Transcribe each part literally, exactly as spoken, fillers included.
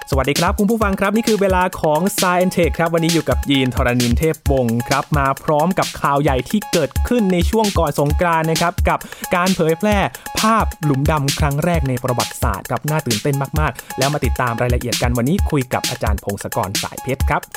สวัสดีครับคุณผู้ฟังครับนี่คือเวลาของ Science Tech ครับวันนี้อยู่กับยีนทรณินเทพวงศ์ครับมาพร้อมกับข่าวใหญ่ที่เกิดขึ้นในช่วงก่อนสงกรานต์นะครับกับการเผยแพร่ภาพหลุมดำครั้งแรกในประวัติศาสตร์ครับน่าตื่นเต้นมากๆแล้วมาติดตามรายละเอียดกันวันนี้คุยกับอาจารย์พงศกรสายเพชรครับ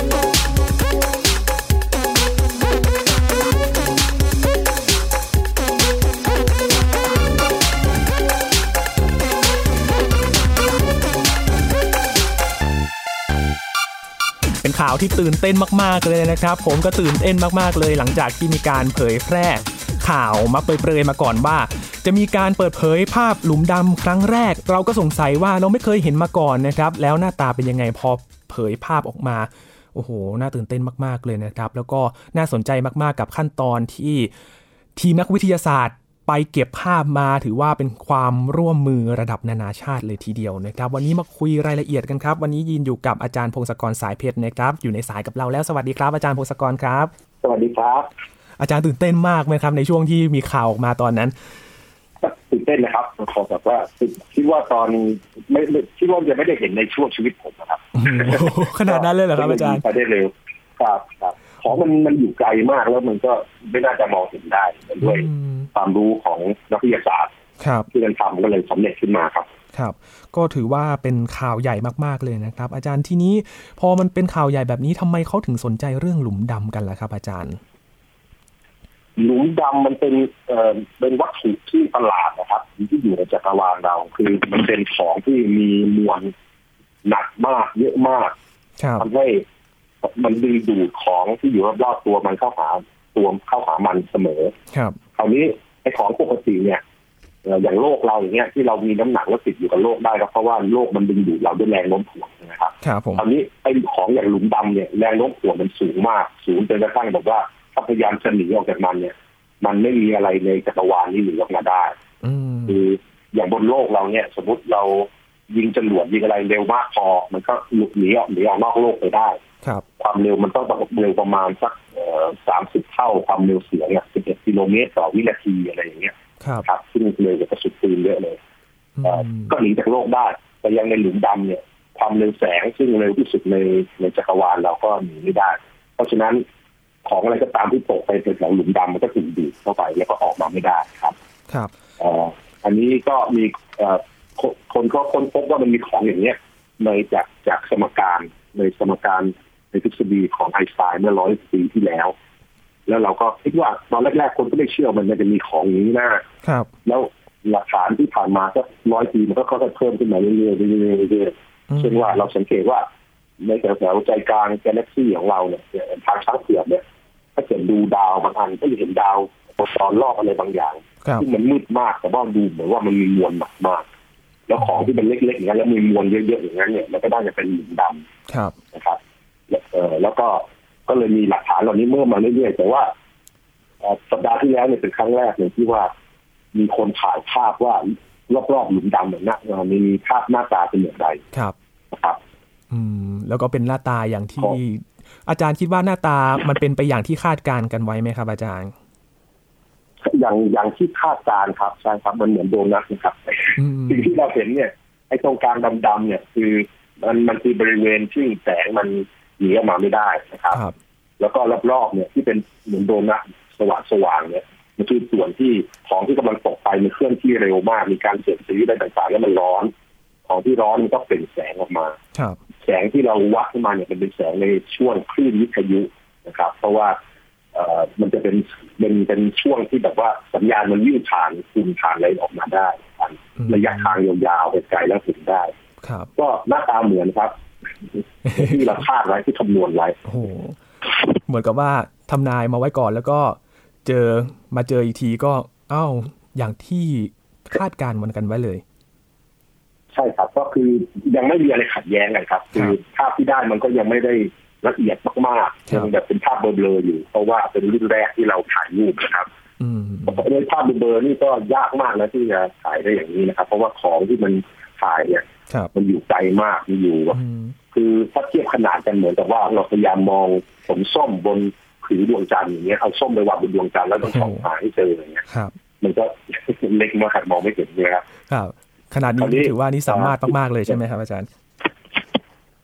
เป็นข่าวที่ตื่นเต้นมากๆเลยนะครับผมก็ตื่นเต้นมากๆเลยหลังจากที่มีการเผยแพร่ข่าวมาเปรยๆมาก่อนว่าจะมีการเปิดเผยภาพหลุมดำครั้งแรกเราก็สงสัยว่าเราไม่เคยเห็นมาก่อนนะครับแล้วหน้าตาเป็นยังไงพอเผยภาพออกมาโอ้โหน่าตื่นเต้นมากๆเลยนะครับแล้วก็น่าสนใจมากๆกับขั้นตอนที่ทีมนักวิทยาศาสตร์ไปเก็บภาพมาถือว่าเป็นความร่วมมือระดับนานาชาติเลยทีเดียวนะครับวันนี้มาคุยรายละเอียดกันครับวันนี้ยินอยู่กับอาจารย์พงศกรสายเพชรนะครับอยู่ในสายกับเราแล้วสวัสดีครับอาจารย์พงศกรครับสวัสดีครับอาจารย์ตื่นเต้นมากไหมครับในช่วงที่มีข่าวออกมาตอนนั้นตื่นเต้นนะครับขอแบบว่าคิดว่าตอนไม่คิดว่าจะไม่ได้เห็นในช่วงชีวิตผมนะครับขนาดนั้นเลยเหรอครับอาจารย์ไปได้เร็วครับครับของมันมันอยู่ไกลมากแล้วมันก็ไม่น่าจะมองเห็นได้ด้วยความรู้ของนักวิทยาศาสตร์ที่การทำก็เลยสำเร็จขึ้นมาครับครับก็ถือว่าเป็นข่าวใหญ่มากๆเลยนะครับอาจารย์ทีนี้พอมันเป็นข่าวใหญ่แบบนี้ทำไมเขาถึงสนใจเรื่องหลุมดำกันล่ะครับอาจารย์หลุมดำมันเป็นเอ่อเป็นวัตถุที่ประหลาดนะครับที่อยู่ในจักรวาลเราคือมันเป็นของที่มีมวลหนักมากเยอะมากทำให้มันดึงดูดของที่อยู่รอบๆตัวมันเข้าหาตัวเข้าหามันเสมอครับคราวนี้ไอ้ของปกติเนี่ยอย่างโลกเราอย่างเงี้ยที่เรามีน้ำหนักแล้วติดอยู่กับโลกได้ก็เพราะว่าโลกมันดึงดูดเราด้วยแรงโน้มถ่วงนะครับครับผมคราวนี้ไอ้ของอย่างหลุมดำเนี่ยแรงโน้มถ่วงมันสูงมากสูงจนกระทั่งแบบว่าถ้าพยายามจะหนีออกจากมันเนี่ยมันไม่มีอะไรในจักรวาลนี้หนีออกมาได้คืออย่างบนโลกเราเนี่ยสมมติเรายิงจรวดยิงอะไรเร็วมากพอมันก็หลุดหนีออกหนีออกนอกโลกไปได้ความเร็วมันต้องเร็วประมาณสักสามสิบเท่าความเร็วเสียงเนี่ยสิบเอ็ดกิโลเมตรต่อวินาทีอะไรอย่างเงี้ยครับซึ่งเร็วกว่ากระสุนปืนเยอะเลยก็หนีจากโลกได้แต่ยังในหลุมดำเนี่ยความเร็วแสงซึ่งเร็วที่สุดในในจักรวาลเราก็หนีไม่ได้เพราะฉะนั้นของอะไรก็ตามที่ตกไปในแถวหลุมดำมันก็ถูกดูดเข้าไปแล้วก็ออกมาไม่ได้ครับครับอันนี้ก็มีคนก็ค้นพบว่ามันมีของอย่างเนี้ยในจากจากสมการในสมการในทฤษฎีของไอน์สไตน์เมื่อร้อยปีที่แล้วแล้วเราก็คิดว่าตอนแรกๆคนก็ไม่เชื่อมันจะมีของนี้นะครับแล้วหลักฐานที่ผ่านมาก็ร้อยปีมันก็ค่อยๆเพิ่มขึ้นมาเรื่อยๆเรื่อยๆเช่นว่าเราสังเกตว่าในแถวใจกลางกาแล็กซี่ของเราเนี่ยทางช้างเผือกเนี่ยถ้าเกิดดูดาวบางอันก็จะเห็นดาวตอนรอบอะไรบางอย่างที่มันมืดมากแต่ว่าดูเหมือนว่ามันมีมวลหนักมากแล้วของที่เป็นเล็กๆอย่างนั้นแล้วมีมวลเยอะๆอย่างนั้นเนี่ยมันก็น่าจะเป็นหลุมดำนะครับแล้วก็ก็เลยมีหลักฐานเหล่านี้เมื่อมาเรื่อยๆแต่ว่าสัปดาห์ที่แล้วเนี่ยเป็นครั้งแรกเลยที่ว่ามีคนถ่ายภาพว่ารอบๆหลุมดำเนี่ยนะมีภาพหน้าตาเป็นอย่างไรนะครับอืมแล้วก็เป็นหน้าตาอย่างที่อาจารย์คิดว่าหน้าตามันเป็นไปอย่างที่คาดการณ์กันไว้ไหมครับอาจารย์อย่างอย่างที่คาดการณ์ครับใช่ครับมันเหมือนโดนัทนะครับสิ่งที่เราเห็นเนี่ยไอ้ตรงกลางดำๆเนี่ยคือมันมันคือบริเวณที่แสงมันหนีออกมาไม่ได้นะครับแล้วก็รอบๆเนี่ยที่เป็นเหมือนโดนัทสว่างๆเนี่ยมันคือส่วนที่ของที่กำลังตกไปมันเคลื่อนที่เร็วมากมีการเสียดสีอะไรต่างๆแล้วมันร้อนของที่ร้อนมันก็เปล่งแสงออกมาแสงที่เราวัดขึ้นมาเนี่ยเป็นแสงในช่วงคลื่นวิทยุนะครับเพราะว่าเอ่อมันจะเป็นเป็นเป็นช่วงที่แบบว่าสัญญาณมันวิ่งผ่านฝุ่นผ่านอะไรออกมาได้ระยะทางยาวๆไปไกลแล้วถึงได้ก็หน้าตาเหมือนครับที่เราคาดไว้ที่คำนวณไว้โอ้โหเหมือนกับว่าทำนายมาไว้ก่อนแล้วก็เจอมาเจออีกทีก็อ้าวอย่างที่คาดการณ์มันกันไว้เลยใช่ครับก็คือยังไม่มีอะไรขัดแย้งกันครับคือภาพที่ได้มันก็ยังไม่ได้ละเอียดมากๆยังแบบเป็นภาพเบลอๆอยู่เพราะว่าเป็นรุ่นแรกที่เราถ่ายรูปนะครับโดยภาพเบลอๆนี่ก็ยากมากนะที่จะถ่ายได้อย่างนี้นะครับเพราะว่าของที่มันถ่ายเนี่ยมันอยู่ไกลมากมันอยู่คือถ้าเทียบขนาดกันเหมือนกับว่าเราพยายามมองผลส้มบนผืนดวงจันทร์อย่างเงี้ยเอาส้มไปวางบนดวงจันทร์แล้วต้องส่องหาให้เจออย่างเงี้ยมันก็เล็กมากมองไม่เห็นเลยครับขนาดนี้ถือว่านี่สามารถมากๆเลยใช่ไหมครับอาจารย์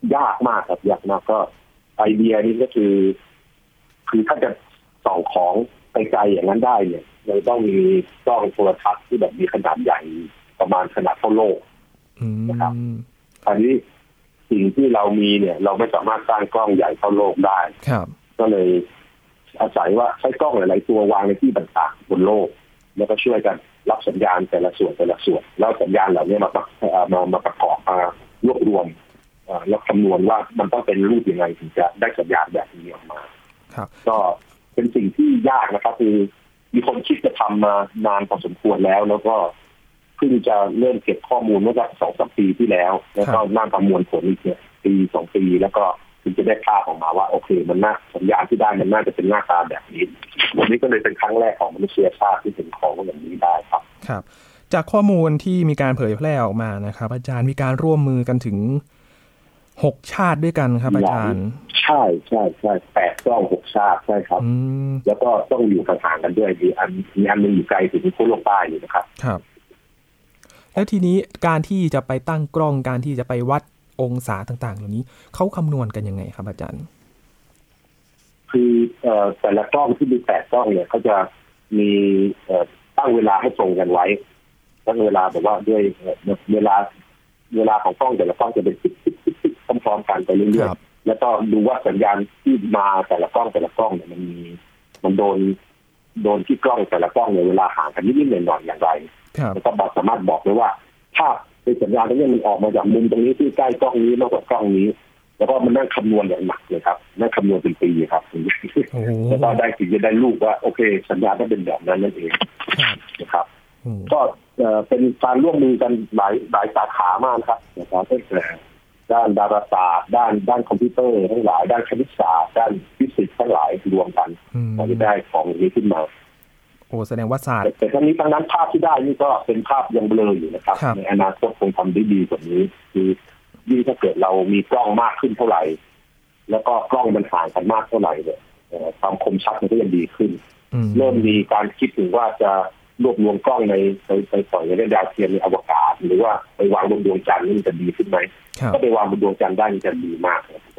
ยากมากครับยากมากก็ไอเดียนี้ก็คือคือถ้าจะส่องของไกลๆอย่างนั้นได้เนี่ยเราต้องมีกล้องโทรทัศน์ที่แบบมีขนาดใหญ่ประมาณขนาดเท่าโลกนะครับอันนี้สิ่งที่เรามีเนี่ยเราไม่สามารถสร้างกล้องใหญ่เท่าโลกได้ก็เลยอาศัยว่าใช้กล้องหลายๆตัววางในที่ต่างๆบนโลกแล้วก็ช่วยกันรับสัญญาณแต่ละส่วนแต่ละส่วนแล้วสัญญาณเหล่านี้มามามาประกอบมารวบรวมแล้วคำนวณว่ามันต้องเป็นรูปยังไงถึงจะได้สัญญาณแบบนี้ออกมาก็เป็นสิ่งที่ยากนะครับคือมีคนคิดจะทำมานานพอสมควรแล้วแล้วก็เพิ่งจะเริ่มเก็บข้อมูลเมื่อสักสองสามปีที่แล้วแล้วก็นั่งประมวลผลอีกเนี่ยปีสองปีแล้วก็ถึงจะได้ภาพออกมาว่าโอเคมันน่าสัญญาณที่ได้มันน่าจะเป็นหน้าตาแบบนี้วันนี้ก็เลยเป็นครั้งแรกของมนุษยชาติที่เห็นของแบบนี้ได้ครับครับจากข้อมูลที่มีการเผยแพร่ออกมานะครับอาจารย์มีการร่วมมือกันถึงหกชาติด้วยกันครับอาจารย์ใช่ใช่ใช่แปดกล้องหกชาติใช่ครับแล้วก็ต้องอยู่ห่างๆกันด้วยมีอันมีอันนึงอยู่ไกลถึงขั้วโลกใต้อยู่นะครับครับแล้วทีนี้การที่จะไปตั้งกล้องการที่จะไปวัดองศาต่างๆเหล่านี้เขาคำนวณกันยังไงครับอาจารย์คือเอ่อแต่ละกล้องที่มีแปดกล้องเนี่ยเขาจะมีเอ่อตั้งเวลาให้ตรงกันไว้ตั้งเวลาแบบว่าด้วยเวลาเวลาของกล้องแต่ละกล้องจะเป็นติ๊กๆๆพร้อมๆกันไปเรื่อยๆแล้วก็ดูว่าสัญญาณที่มาแต่ละกล้องแต่ละกล้องเนี่ยมันมีมันโดนโดนที่กล้องแต่ละกล้องเนี่ยเวลาห่างกันนิดๆหน่อยๆอย่างไรแล้วก็สามารถบอกได้ว่าภาพในสัญญาณตรงนี้มันออกมาจากมุมตรงนี้ที่ใกล้กล้องนี้มากกว่ากล้องนี้แล้วก็มันนั่งคำนวณอย่างหนักเลยครับนั่งคำนวณเป็นปีครับแล้วก็ได้ถึงจะได้รูปว่าโอเคสัญญาณต้องเป็นแบบนั้นนั่นเองนะครับก็เป็นการร่วมมือกันหลายหลายสาขามากครับนะครับตั้งแต่ด้านดาราศาสตร์ด้านด้านคอมพิวเตอร์ทั้งหลายด้านคณิตศาสตร์ด้านฟิสิกส์ทั้งหลายรวมกันเราจะได้ของนี้ขึ้นมาโอ้แสดงว่าศาสตร์แต่ทั้งนี้ทั้งนั้นภาพที่ได้นี่ก็เป็นภาพยังเบลออยู่นะครับในอนาคตคงทำได้ดีกว่านี้คือยิ่งถ้าเกิดเรามีกล้องมากขึ้นเท่าไหร่แล้วก็กล้องมันห่างกันมากเท่าไหร่เนี่ยความคมชัดมันก็ยังดีขึ้นเริ่มมีการคิดถึงว่าจะรวบรวมกล้องในไปไปปล่อยในดาวเทียมในอวกาศหรือว่าไปวางบนดวงจันทร์นี่จะดีขึ้นไหมถ้าไปวางบนดวงจันทร์ได้จะดีมากเลย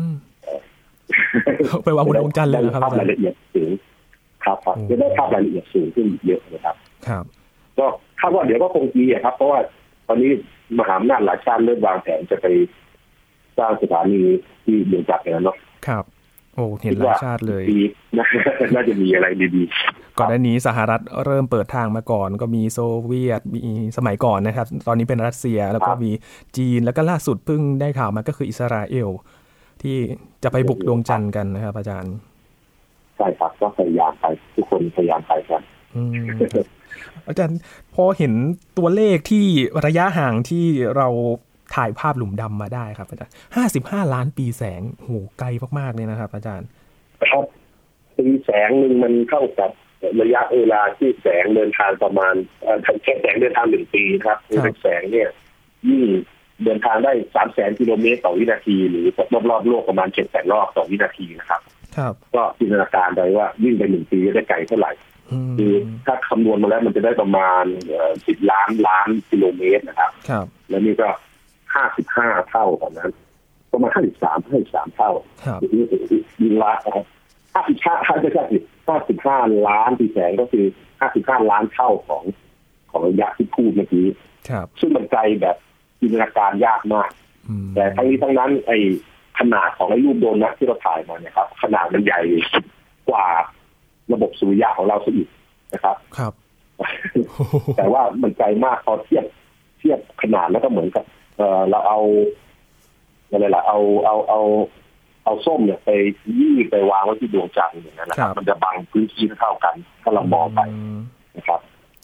ไปวางบนดวงจันทร์เลยครับรายละเอียดสูงครับครับจะได้ภาพรายละเอียดสูงขึ้นเยอะนะครับครับก็คาดว่าเดี๋ยวก็คงดีครับเพราะว่าตอนนี้มหาอำนาจหลายชาติเริ่มวางแผนจะไปสร้างสถานีที่ดวงจันทร์แล้วเนาะครับโอ้เห็นหลายชาติเลยน่าจะมีอะไรดีๆก่อนหน้านี้สหรัฐเริ่มเปิดทางมาก่อนก็มีโซเวียตมีสมัยก่อนนะครับตอนนี้เป็นรัสเซียแล้วก็มีจีนแล้วก็ล่าสุดเพิ่งได้ข่าวมาก็คืออิสราเอลที่จะไปบุกดวงจันทร์กันนะครับอาจารย์ใช่ครับก็พยายามไปทุกคนพยายามไปกันอาจารย์พอเห็นตัวเลขที่ระยะห่างที่เราถ่ายภาพหลุมดำมาได้ครับอาจารย์ห้าสิบห้าล้านปีแสงโหไกลมากๆเลยนะครับอาจารย์ครับปีแสงนึงมันเท่ากับระยะเวลาที่แสงเดินทางประมาณแค่แสงเดินทางหนึ่งปีครับคือแสงเนี่ยยิ่งเดินทางได้สามแสนกิโลเมตรต่อวินาทีหรือรอบๆโลกประมาณเจ็ดแสนรอบต่อวินาทีนะครับก็จินตนาการได้ว่าวิ่งไปหนึ่งปีจะได้ไกลเท่าไหร่คือถ้าคำนวณมาแล้วมันจะได้ประมาณสิบล้านล้านกิโลเมตรนะครับแล้วนี่ก็ห้าสิบห้าเท่าตอนนั้นประมาณห้าสิบสามห้าสิบสามเท่ายิ่งยิ่งล้านนะครับห้าสิบห้าห้าสิบห้าห้าสิบห้าล้านปีแสงก็คือห้าสิบห้าล้านเท่าของของระยะที่พูดเมื่อกี้ซึ่งมันไกลแบบจินตนาการยากมากแต่ทั้งนี้ทั้งนั้นไอ้ขนาดของไอ้รูปโดนัทที่เราถ่ายมาเนี่ยครับขนาดมันใหญ่กว่าระบบสุริยะของเราซะอีกนะครับครับแต่ว่ามันไกลมากพอเทียบเทียบขนาดแล้วก็เหมือนกับเอ่อเราเอาอะไรล่ะเอาเอาเอาเอาส้มเนี่ยไปยี่ไปวางไว้ที่ดวงจันทร์อย่างนั้นนะครับมันจะบังพื้นที่เท่ากันถ้าเรามองไปนะครับ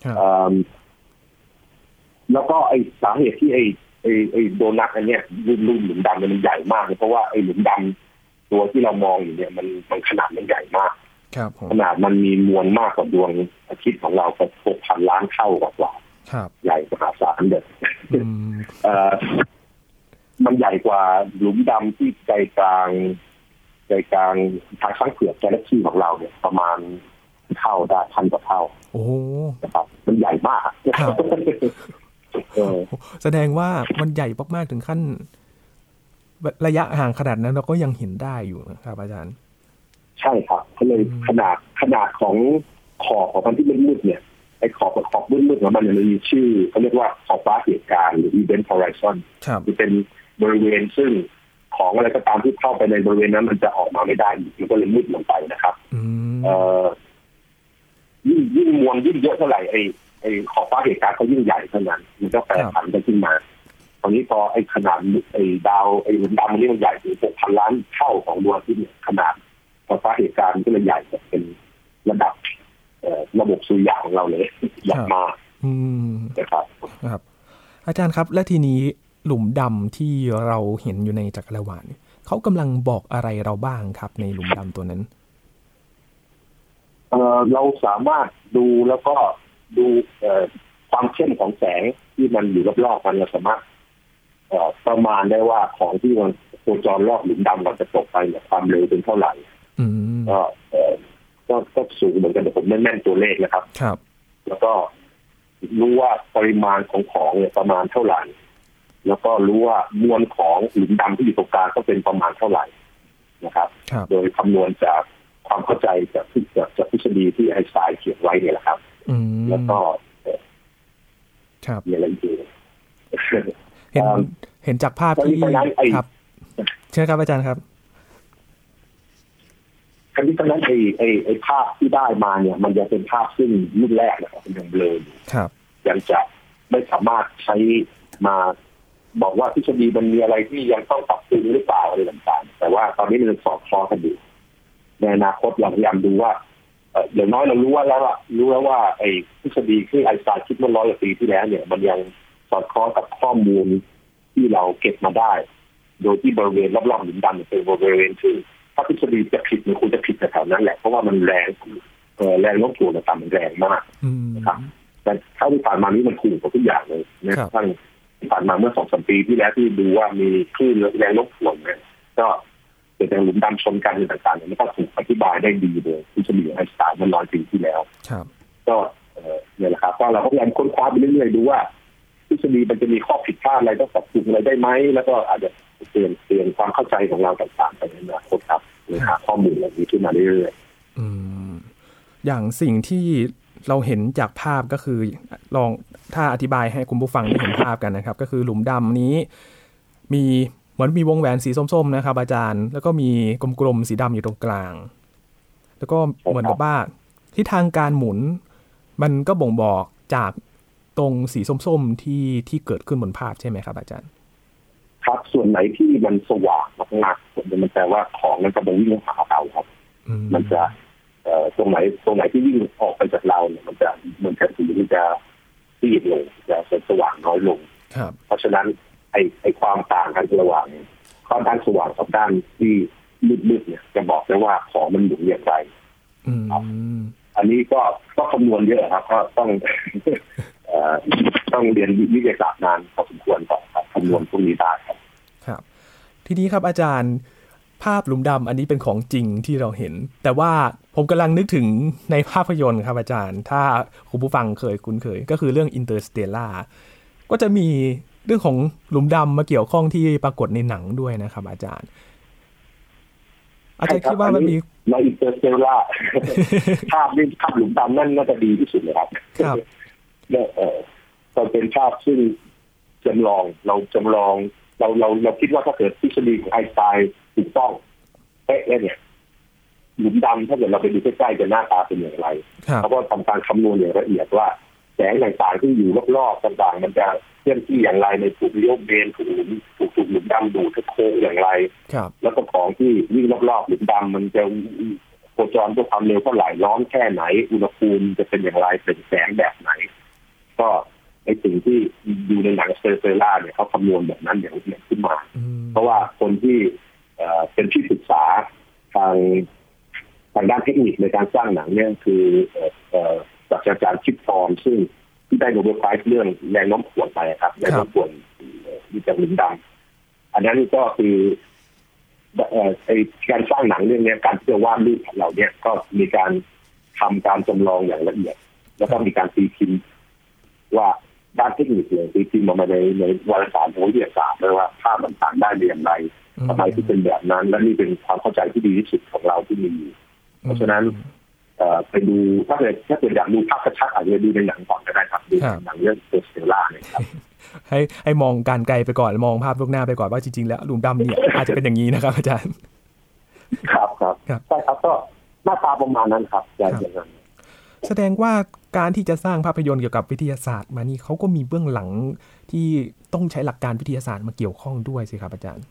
แล้วก็ไอ้สาเหตุที่ไอ้ไอ้ไอ้โดนัทอันเนี้ยรูปหลุมดำมันใหญ่มากเพราะว่าไอ้หลุมดำตัวที่เรามองอยู่เนี่ยมันมันขนาดมันใหญ่มากขนาดมันมีมวลมากกว่าดวงอาทิตย์ของเราก็หกพันล้านเท่ากว่าใหญ่มหาศาลเด็ดมันใหญ่กว่าหลุมดำที่ใจกลางใจกลางทางช้างเผือกกาแล็กซี่ของเราเนี่ยประมาณเท่าได้พันกว่าเท่าโอ้นะครับมันใหญ่มากแสดงว่ามันใหญ่มากๆถึงขั้นระยะห่างขนาดนั้นเราก็ยังเห็นได้อยู่นะครับอาจารย์ใช่ครับก็เลยขนาดขนาดของขอบของมันที่มืดๆเนี่ยไอ้ขอบขอบมืดๆของมันเนี่ยมันมีชื่อเขาเรียกว่าขอบฟ้าเหตุการณ์หรือ event horizon จะเป็นบริเวณซึ่งของอะไรก็ตามที่เข้าไปในบริเวณนั้นมันจะออกมาไม่ได้มันก็เลยมืดลงไปนะครับเอ่อยิ่งยิ่งมวลยิ่งเยอะเท่าไหร่ไอ้ไอ้ขอบฟ้าเหตุการณ์เขายิ่งใหญ่เท่านั้นมันก็แปรผันไปขึ้นมาตอนนี้พอไอ้ขนาดไอ้ดาวไอ้หลุมดำนี่มันใหญ่ถึง หกพัน ล้านเท่าของดวงอาทิตย์เนี่ยขนาดขอบฟ้าเหตุการณ์ก็เลยใหญ่เป็นระดับระบบสุริยะของเราเลยใหญ่มากนะครับครับอาจารย์ครับและทีนี้หลุมดำที่เราเห็นอยู่ในจักรวาลเขากำลังบอกอะไรเราบ้างครับในหลุมดำตัวนั้นเอ่อเราสามารถดูแล้วก็ดูเอ่อความเข้มของแสงที่มันอยู่รอบๆมันเราสามารถเอ่อประมาณได้ว่าของที่มันโคจรรอบหลุมดำมันจะตกไปเนี่ยความเร็วเป็นเท่าไหร่ก็เอ่อก็ก็สูงเหมือนกันแต่ผมไม่แม่นตัวเลขนะครับครับแล้วก็รู้ว่าปริมาณของของเนี่ยประมาณเท่าไหร่แล้วก็รู้ว่ามวลของหลุมดำที่อยู่ตรงกลางก็เป็นประมาณเท่าไหร่นะครับโดยคำนวณจากความเข้าใจจากจากจากทฤษฎีที่ไอน์สไตน์เขียนไว้เนี่ยแหละครับแล้วก็มีอะไรอีกเห็นเห็นจากภาพที่ครับเชิญครับอาจารย์ครับครั้งนี้ตอนนั้นไอ้ไอ้ไอ้ภาพที่ได้มาเนี่ยมันยังเป็นภาพซึ่งรุ่นแรกนะครับเป็นยังเบลอครับยังจะไม่สามารถใช้มาบอกว่าทฤษฎีมันมีอะไรที่ยังต้องปรับปรุงหรือเปล่าอะไรต่างๆแต่ว่าตอนนี้มันสอบคล้องกันอยู่ในอนาคตเราพยายามดูว่าอย่างน้อยเรารู้ว่าแล้วอะรู้แล้วว่าไอ้ทฤษฎีที่ไอน์สไตน์คิดเมื่อร้อยกว่าปีที่แล้วเนี่ยมันยังสอดคล้องกับข้อมูลที่เราเก็บมาได้โดยที่บริเวณรอบๆหลุมดำเป็นบริเวณที่ถ้าทฤษฎีจะผิดมันควรจะผิดแถวนั้นแหละเพราะว่ามันแรงแรงโน้มถ่วงต่างๆมันแรงมากนะครับแต่เท่าที่ผ่านมานี้มันถูกกว่าทุกอย่างเลยนะทั้งที่ผ่านมาเมื่อสองสามปีที่แล้วที่ดูว่ามีคลื่นแรงโน้มถ่วงเนี่ยก็เกิดจากหลุมดำชนกันต่างๆมันก็ถูกอธิบายได้ดีเลยทฤษฎีไอน์สไตน์มันร้อยปีที่แล้วก็เนี่ยแหละครับว่าเราก็พยายามค้นคว้าไปเรื่อยๆดูว่าทฤษฎีมันจะมีข้อผิดพลาดอะไรต้องปรับปรุงอะไรได้ไหมแล้วก็อาจจะเปลี่ยนเปลี่ยนความเข้าใจของเราต่างๆไปในอนาคตครับเลยหาข้อมูลเหล่านี้ขึ้นมาเรื่อยๆอืมอย่างสิ่งที่เราเห็นจากภาพก็คือลองถ้าอธิบายให้คุณผู้ฟังได้เห็นภาพกันนะครับก็คือหลุมดำนี้มีเหมือนมีวงแหวนสีส้มๆนะครับอาจารย์แล้วก็มีกลมๆสีดำอยู่ตรงกลางแล้วก็เหมือนกับว่าทิศทางการหมุนมันก็บ่งบอกจากตรงสีส้มๆที่ที่เกิดขึ้นบนภาพใช่ไหมครับอาจารย์ครับส่วนไหนที่มันสว่างมากๆมันแปลว่าของมันกำลังวิ่งหาเราครับมันจะเอ่อตรงไหนตรงไหนที่วิ่งออกไปจากเราเนี่ยมันจะมันจะสีมันจะซีดลงจะสว่างน้อยลงเพราะฉะนั้นไอ้ไอ้ความต่างกันระหว่างข้อด้านสว่างกับด้านที่มืดๆเนี่ยจะบอกได้ว่าของมันหมุนอย่างไรอันนี้ก็ก็คำนวณเยอะครับก็ต้องเอ่อต้องเรียนวิทยาศาสตร์นานพอสมควรต่อครับคำนวณพวกนี้ได้ครับครับทีนี้ครับอาจารย์ภาพหลุมดำอันนี้เป็นของจริงที่เราเห็นแต่ว่าผมกำลังนึกถึงในภาพยนตร์ครับอาจารย์ถ้าคุณผู้ฟังเคยคุ้นเคยก็คือเรื่อง Interstellar ก็จะมีเรื่องของหลุมดำมาเกี่ยวข้องที่ปรากฏในหนังด้วยนะครับอาจารย์อาจารย์คิดว่ามันมีใน Interstellar ภาพนี่ภาพหลุมดำนั่นน่าจะดีที่สุดเลยครับครับเนี่ยเออก็เป็นภาพซึ่งจำลองเราจำลองเราเราเราคิดว่าถ้าเกิดทฤษฎีของไอน์สไตน์ถูกต้องเป๊ะเนี่ยหลุมดำถ้าเกิดเราไปดูใกล้ๆจะหน้าตาเป็นอย่างไรเพราะว่าทำการคำนวณอย่างละเอียดว่าแสงต่างๆที่อยู่รอบๆต่างๆมันจะเคลื่อนที่อย่างไรในถูกโยกเบนถูกหลุมถูกถูกหลุมดำดูดโค้งอย่างไรแล้วก็ของที่วิ่งรอบๆหลุมดำมันจะโคจรด้วยความเร็วเท่าไหร่ร้อนแค่ไหนอุณหภูมิจะเป็นอย่างไรเป็นแสงแบบไหนก็ในสิ่งที่ดูในหนังสเตอร์เซล่าเนี่ยเขาคำนวณแบบนั้นอย่างละเอียดขึ้นมาเพราะว่าคนที่เป็นที่ศึกษาทางทางด้านเทคนิคในการสร้างหนังเนี่ยคือศาสตราจารย์ชิปฟอร์มซึ่งที่ได้โนเบลไพรส์เรื่องแรงโน้มถ่วงไปครับแรงโน้มถ่วงที่จากหลุมดำอันนั้นก็คือไอการสร้างหนังเรื่องนี้การที่จะวาดรูปของเราเนี่ยก็มีการทำการจำลองอย่างละเอียดแล้วก็มีการตีพิมพ์ว่าด้านเทคนิคเลยตีพิมพ์ออกมาในในวารสารวิทยาศาสตร์เลยว่าภาพมันต่างได้อย่างไรทำไมที่เป็นแบบนั้นและนี่เป็นความเข้าใจที่ดีที่สุดของเราที่มีเพราะฉะนั้นไปดูถ้าเกิดถ้าเกิดอยากดูภาพชัดๆอาจจะดูในหนังก่อนก็ได้ครับดูหนังเรื่องเซเซล่าเนี่ยครับให้ให้มองการไกลไปก่อนมองภาพล่วงหน้าไปก่อนว่าจริงๆแล้วหลุมดำเนี่ยอาจจะเป็นอย่างนี้นะครับอาจารย์ครับครับใช่ครับก็หน้าตาประมาณนั้นครับอย่างนั้นแสดงว่าการที่จะสร้างภาพยนตร์เกี่ยวกับวิทยาศาสตร์มานี่เขาก็มีเบื้องหลังที่ต้องใช้หลักการวิทยาศาสตร์มาเกี่ยวข้องด้วยสิครับอาจารย์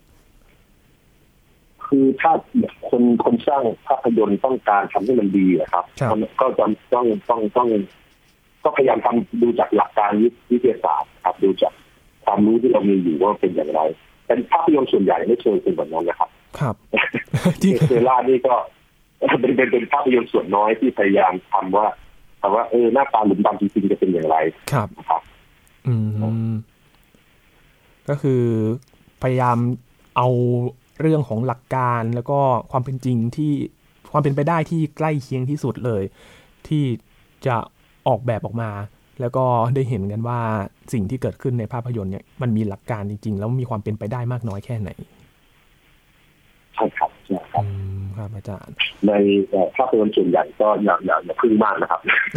คือถ้าคนคนสร้างภาพยนตร์ต้องการทำให้มันดีนะครับก็จะต้องต้องต้องก็พยายามทำดูจากหลักการวิทยาศาสตร์ครับดูจากความรู้ที่เรามีอยู่ว่าเป็นอย่างไรแต่ภาพยนตร์ส่วนใหญ่ไม่เชิงเป็นแบบนั้นนะครับครับที่เซล่านี่ก็เป็นเป็นเป็นภาพยนตร์ส่วนน้อยที่พยายามทำว่าทำว่าเออหน้าตาหลุมดำจริงๆจะเป็นอย่างไรครับนะครับอืมก็คือพยายามเอาเรื่องของหลักการแล้วก็ความเป็นจริงที่ความเป็นไปได้ที่ใกล้เคียงที่สุดเลยที่จะออกแบบออกมาแล้วก็ได้เห็นกันว่าสิ่งที่เกิดขึ้นในภาพยนตร์เนี่ยมันมีหลักการจริงๆแล้วมีความเป็นไปได้มากน้อยแค่ไหนใช่ครับใช่ครับครับอาจารย์ในภาพยนตร์ส่วนใหญ่ก็อย่าอย่าอย่าพึ่งมากนะครับ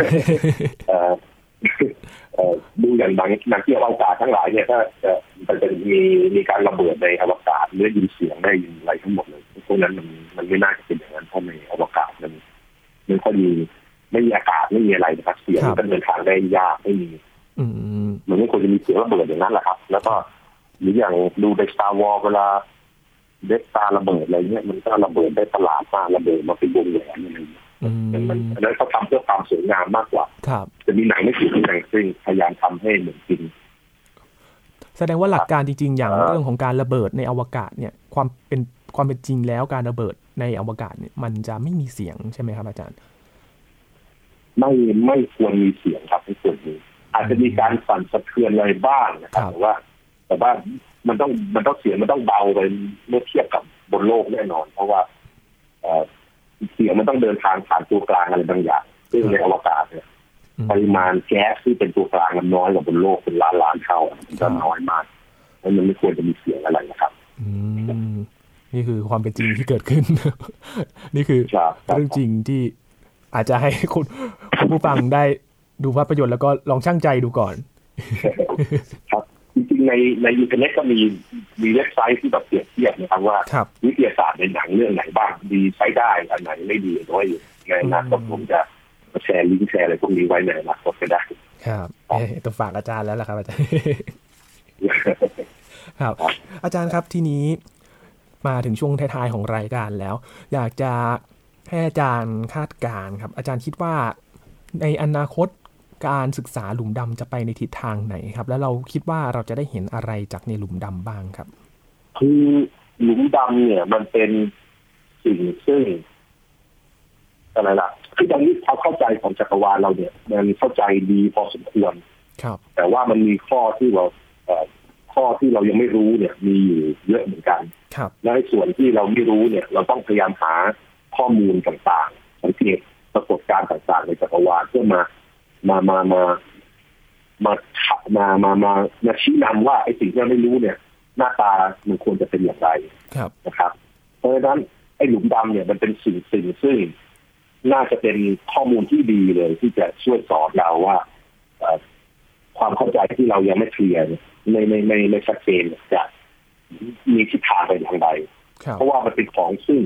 ดูอย่างหนังหนังเกี่ยวกับอวกาศทั้งหลายเนี่ยถ้ามันจะมีมีการระเบิดในอวกาศหรือยินเสียงได้ยินอะไรทั้งหมดเลยพวกนั้นมันมันไม่น่าจะเป็นอย่างนั้นเพราะในอวกาศมันมันก็มีไม่มีอากาศไม่มีอะไรนะครับเสียงก็เดินทางได้ยากไม่มีมันไม่ควรจะมีเสียงระเบิดอย่างนั้นแหละครับแล้วก็หรืออย่างดูใน Star Wars เวลาเดสตาระเบิดอะไรเงี้ยมันก็ระเบิดได้ประหลาดมากระเบิดมาเป็นวงแหวนอะไรเงี้ยมันอันนั้นเขาทำเพื่อความสวยงามมากกว่าจะมีหนังไม่กี่เรื่องซึ่งพยายามทำให้เหมือนจริงแสดงว่าหลักการจริงๆอย่างเรื่องของการระเบิดในอวกาศเนี่ยความเป็นความเป็นจริงแล้วการระเบิดในอวกาศเนี่ยมันจะไม่มีเสียงใช่ไหมครับอาจารย์ไม่ไม่ควรมีเสียงครับไม่ควรมีอาจจะมีการสั่นสะเทือนอะไรบ้างนะครับแต่ว่าแต่ว่ามันต้องมันต้องเสียงมันต้องเบาไปเมื่อเทียบกับบนโลกแน่นอนเพราะว่าเสียงมันต้องเดินทางผ่านตัวกลางอะไรบางอย่างซึ่งในอวกาศเนี่ยปริมาณแก๊สที่เป็นตัวกลางมันน้อยกว่าบนโลกเป็นล้านล้านเท่ามันจะน้อยมากแล้วมันไม่ควรจะมีเสียงอะไรนะครับนี่คือความเป็นจริงที่เกิดขึ้นนี่คือเรื่องจริงที่อาจจะให้คุณผู้ฟังได้ดูภาพยนตร์แล้วก็ลองชั่งใจดูก่อนครับจริงๆในในอินเทอร์เน็ตก็มีมีเว็บไซต์ที่แบบเปรียบเทียบนะครับว่าวิทยาศาสตร์ในหนังเรื่องไหนบ้างดีใช้ได้อันไหนไม่ดีน้อยในอนาคตผมจะแชร์ลิงก์แชร์อะไรพวกนี้ไว้ในอนาคตก็ได้ครับต้องฝากอาจารย์แล้วล่ะครับอาจารย์ครับอาจารย์ครับทีนี้มาถึงช่วงท้ายๆของรายการแล้วอยากจะให้อาจารย์คาดการณ์ครับอาจารย์คิดว่าในอนาคตการศึกษาหลุมดำจะไปในทิศทางไหนครับแล้วเราคิดว่าเราจะได้เห็นอะไรจากในหลุมดำบ้างครับคือหลุมดำเนี่ยมันเป็นสิ่งซึ่งอะไรล่ะคือตอนนี้ความเข้าใจของจักรวาลเราเนี่ยมันเข้าใจดีพอสมควรครับแต่ว่ามันมีข้อที่เราข้อที่เรายังไม่รู้เนี่ยมีอยู่เยอะเหมือนกันครับและในส่วนที่เราไม่รู้เนี่ยเราต้องพยายามหาข้อมูลต่างๆสังเกตปรากฏการณ์ต่างๆในจักรวาลเพื่อมามามามามามามามามาชี้นำว่าไอ้สิ่งที่เราไม่รู้เนี่ยหน้าตามันควรจะเป็นอย่างไรนะครับเพราะฉะนั้นไอ้หลุมดำเนี่ยมันเป็นสิ่งสิ่งซึ่งน่าจะเป็นข้อมูลที่ดีเลยที่จะช่วยสอนเราว่าความเข้าใจที่เรายังไม่เคลียร์ในในในในชัดเจนจะมีทิศทางไปอย่างไรเพราะว่ามันเป็นของซึ่ง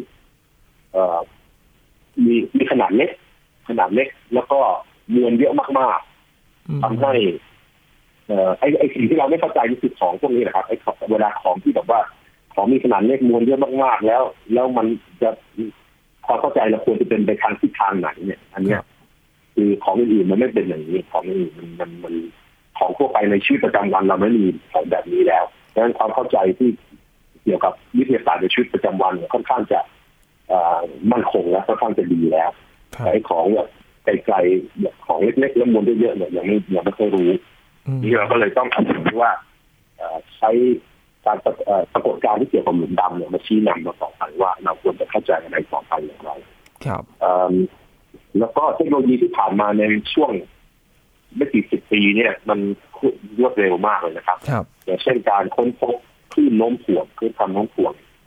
มีมีขนาดเล็กขนาดเล็กแล้วก็มวลเยอะมากๆทำให้ไอ้ไอ้สิ่งที่เราไม่เข้าใจนี่คือของพวกนี้นะครับไอ้เวลาของที่แบบว่าของมีขนาดเล็กมวลเยอะมากๆแล้วแล้วมันจะความเข้าใจเราควรจะเป็นไปทางทิศทางไหนเนี่ยอันนี้คือของอื่นๆมันไม่เป็นอย่างนี้ของอื่นมันมันมันของทั่วไปในชีวิตประจำวันเราไม่มีของแบบนี้แล้วดังนั้นความเข้าใจที่เกี่ยวกับวิทยาศาสตร์ในชีวิตประจำวันเนี่ยค่อนข้างจะมั่นคงและค่อนข้างจะดีแล้วแต่ไอ้ของแบบไกลๆของเล็กๆแล้วมวลเยอะๆเนี่ยยังไม่ยังไม่ค่อยรู้นี่เราก็เลยต้องคิดว่าใช้การปรากฏการณ์ที่เกี่ยวกับหลุมดำเนี่ยมาชี้นำเราต่อไปว่าเราควรจะเข้าใจอะไรต่อไปอย่างไรครับแล้วก็เทคโนโลยีที่ผ่านมาในช่วงไม่กี่สิบปีเนี่ยมันรวดเร็วมากเลยนะครับอย่างเช่นการค้นพบคลื่นโน้มถ่วงคลื่นความโน้มถ่วง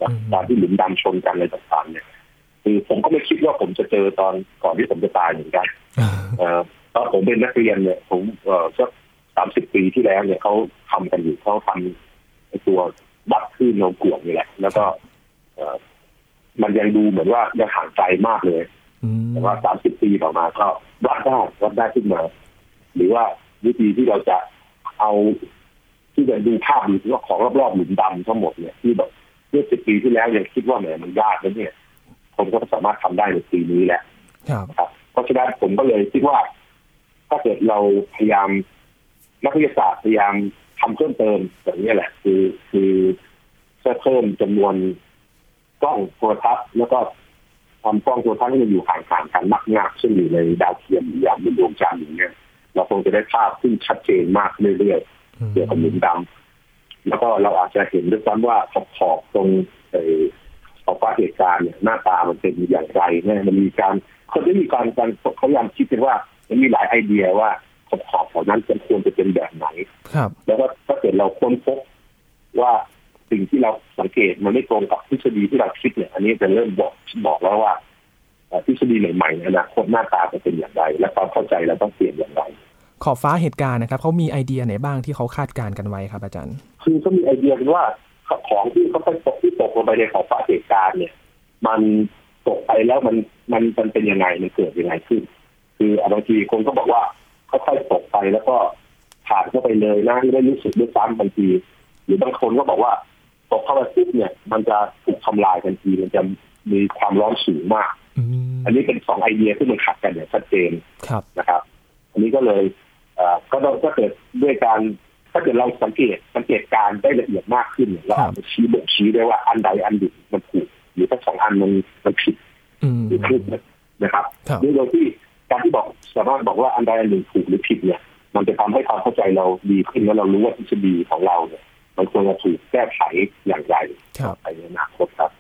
ตอนที่หลุมดำชนกันอะไรต่างๆเนี่ยคือผมก็ไม่คิดว่าผมจะเจอตอนก่อนที่ผมจะตายเหมือนกันตอนผมเป็นนักเรียนเนี่ยผมเอ่อสักสามสิบปีที่แล้วเนี่ยเขาทำกันอยู่เขาทำตัววัดคลื่นลมกวดนี่แหละแล้วก็มันยังดูเหมือนว่ายังห่างไกลมากเลยแต่ว่าสามสิบปีต่อมาก็วัดได้วัดได้ขึ้นมาหรือว่าวิธีที่เราจะเอาที่จะดูภาพดูว่าของรอบๆหลุมดำทั้งหมดเนี่ยที่แบบเมื่อสิบปีที่แล้วยังคิดว่าแหมมันยากแล้วเนี่ยผมก็สามารถทำได้ในปีนี้แหละครับเพราะฉะนั้นผมก็เลยคิดว่าถ้าเกิดเราพยายามนักวิทยาศาสตร์พยายามทำเพิ่มเติมแบบนี้แหละคือคือเพิ่มจำนวนกล้องโทรทัศน์แล้วก็ทำกล้องโทรทัศน์ให้มันอยู่ห่างๆกันมากๆซึ่งอยู่ในดาวเทียมอย่างบนดวงจันทร์อย่างเงี้ยเราคงจะได้ภาพที่ชัดเจนมากเรื่อยๆเกี่ยวกับหลุมดำแล้วก็เราอาจจะเห็นด้วยซ้ำว่าขอบๆตรงไอ้ขอบฟ้าเหตุการณ์เนี่ยหน้าตามันเป็นอย่างไรเนี่ยมันมีการคนที่มีการการพยายามคิดกันว่ามันมีหลายไอเดียว่าขอบๆแถวนั้นจะควรจะเป็นแบบไหนแล้วก็ถ้าเกิดเราค้นพบว่าสิ่งที่เราสังเกตมันไม่ตรงกับทฤษฎีที่เราคิดเนี่ยอันนี้จะเริ่มบอกบอกแล้วว่าทฤษฎีใหม่ๆในอนาคตหน้าตาจะเป็นอย่างไรและความเข้าใจเราต้องเปลี่ยนอย่างไรขอบฟ้าเหตุการณ์นะครับเขามีไอเดียไหนบ้างที่เขาคาดการณ์กันไว้ครับอาจารย์คือเขามีไอเดียกันว่าของที่เขาตกที่ตกลงไปในขอบฟ้าเหตุการณ์เนี่ยมันตกไปแล้วมันมันมันเป็นยังไงมันเกิดยังไงขึ้นคือบางทีคนก็บอกว่าค่อยๆตกไปแล้วก็ผ่านเข้าไปเลยนะไม่ได้รู้สึกด้วยซ้ำบางทีหรือบางคนก็บอกว่าตกเข้าไปปุ๊บเนี่ยมันจะถูกทำลายทันทีมันจะมีความร้อนสูงมากอันนี้เป็นสองไอเดียที่มันขัดกันอย่างชัดเจนนะครับอันนี้ก็เลยก็ต้องก็เกิดด้วยการถ้าเกิดเราสังเกตสังเกตการได้ละเอียดมากขึ้นเราอาจจะชี้บ่งชี้ได้ว่าอันใดอันหนึ่งมันถูกหรือทั้งสองอันมันมันผิดหรือผิดนะครับโดยที่การที่บอกสามารถบอกว่าอันใดอันหนึ่งถูกหรือผิดเนี่ยมันจะทำให้ความเข้าใจเราดีขึ้นและเรารู้ว่าทฤษฎีของเราเนี่ยมันควรจะถูกแก้ไขอย่างไรในอนาคตครับ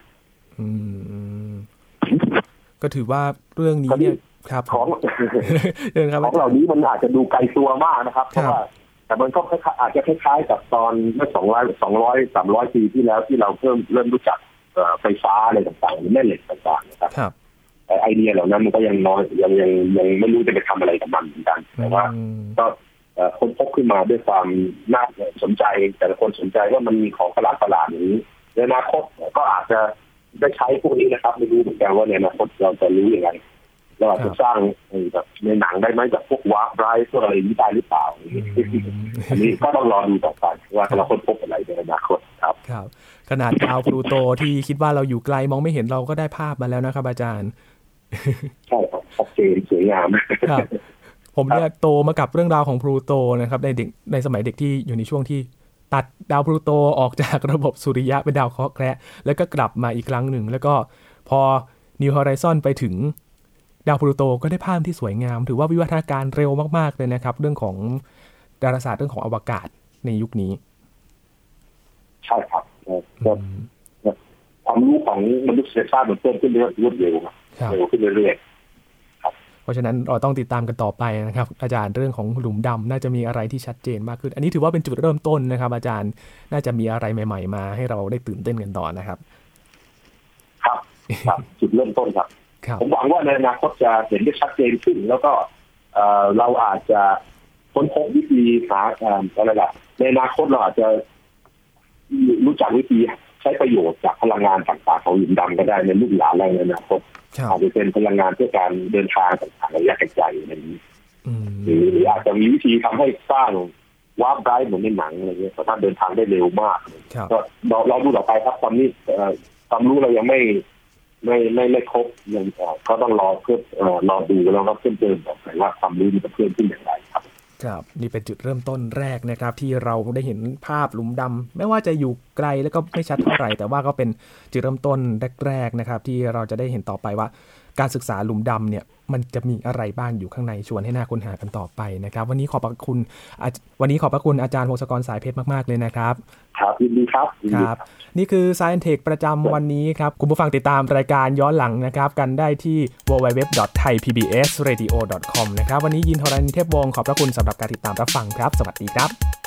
ก็ถือว่าเรื่องนี้เนี่ยครับของของเหล่านี้มันอาจจะดูไกลตัวมากนะครับเพราะว่าแต่มันก็อาจจะคล้ายๆกับตอนเมื่อสองร้อยสองร้อยสามร้อยปีที่แล้วที่เราเพิ่มเริ่มรู้จักไฟฟ้าอะไรต่างๆแม่เหล็กต่างๆนะครับแต่ไอเดียเหล่านั้นมันก็ยังน้อยยังยังยังไม่รู้จะไปทำอะไรกับมันเหมือนกันแต่ว่าก็คนพบขึ้นมาด้วยความน่าสนใจแต่ละคนสนใจว่ามันมีของประหลาดๆอย่างนี้ในอนาคตก็อาจจะได้ใช้พวกนี้นะครับไม่รู้เหมือนกันว่าในอนาคตเราจะรู้ยังไงเราอาจจะสร้างแบบในหนังได้ไหมแบบพวกวาร์ปไดรฟ์พวกอะไรนี้ได้หรือเปล่าอันนี้ก็ต้องรอดูต่อไปว่าเราค้นพบอะไรในอนาคตครับครับขนาดดาวพลูโตที่คิดว่าเราอยู่ไกลมองไม่เห็นเราก็ได้ภาพมาแล้วนะครับอาจารย์ใช่ครับชัดเจนสวยงามครับผมเนี่ยโตมากับเรื่องราวของพลูโตนะครับในเด็กในสมัยเด็กที่อยู่ในช่วงที่ตัดดาวพลูโตออกจากระบบสุริยะเป็นดาวเคราะห์แคระแล้วก็กลับมาอีกครั้งหนึ่งแล้วก็พอ New Horizon ไปถึงดาวพลูโตก็ได้ภาพที่สวยงามถือว่าวิวัฒนาการเร็วมากๆเลยนะครับเรื่องของดาราศาสตร์เรื่องของอวกาศในยุคนี้ใช่ครับความรู้ของมนุษยชาติมันเพิ่มขึ้นเรื่อยๆเร็วเร็วขึ้นเรื่อยๆเพราะฉะนั้นเราต้องติดตามกันต่อไปนะครับอาจารย์เรื่องของหลุมดำน่าจะมีอะไรที่ชัดเจนมากขึ้นอันนี้ถือว่าเป็นจุดเริ่มต้นนะครับอาจารย์น่าจะมีอะไรใหม่ๆมาให้เราได้ตื่นเต้นกันต่อนะครับครับครับจุดเริ่มต้นครับผมหวังว่าในอนาคตจะเห็นได้ชัดเจนขึ้นแล้วก็เราอาจจะค้นพบวิธีหาอะไรล่ะในอนาคตเราอาจจะรู้จักวิธีใช้ประโยชน์จากพลังงานต่างๆของหลุมดำก็ได้ในรุ่นหลานในอนาคตอาจจะเป็นพลังงานเพื่อการเดินทางต่างๆระยะไกลๆอะไรนี้หรืออาจจะมีวิธีทำให้สร้างวาร์ปไดรฟ์เหมือนในหนังอะไรเงี้ยสามารถเดินทางได้เร็วมากก็เราเราดูต่อไปครับตอนนี้ความรู้เรายังไม่ไม่ไม่ไม่ครบยังก็ต้องรอเพื่อรอดูแล้วก็เพิ่มเติมต่อไปว่าความรู้มันจะเพิ่มขึ้นอย่างไรครับครับนี่เป็นจุดเริ่มต้นแรกนะครับที่เราได้เห็นภาพหลุมดำไม่ว่าจะอยู่ไกลแล้วก็ไม่ชัดเท่าไหร่แต่ว่าก็เป็นจุดเริ่มต้นแรกๆนะครับที่เราจะได้เห็นต่อไปว่าการศึกษาหลุมดำเนี่ยมันจะมีอะไรบ้างอยู่ข้างในชวนให้น่าค้นหากันต่อไปนะครับวันนี้ขอบพระคุณวันนี้ขอบพระคุณอาจารย์พงศกรสายเพชรมากๆเลยนะครับครับยินดีครับครับนี่คือ Science Tech ประจำวันนี้ครับคุณผู้ฟังติดตามรายการย้อนหลังนะครับกันได้ที่ ดับเบิลยู ดับเบิลยู ดับเบิลยู ดอท ไทย พี บี เอส เรดิโอ ดอท คอม นะครับวันนี้ยินทรณินเทพวงศ์ขอบพระคุณสำหรับการติดตามรับฟังครับสวัสดีครับ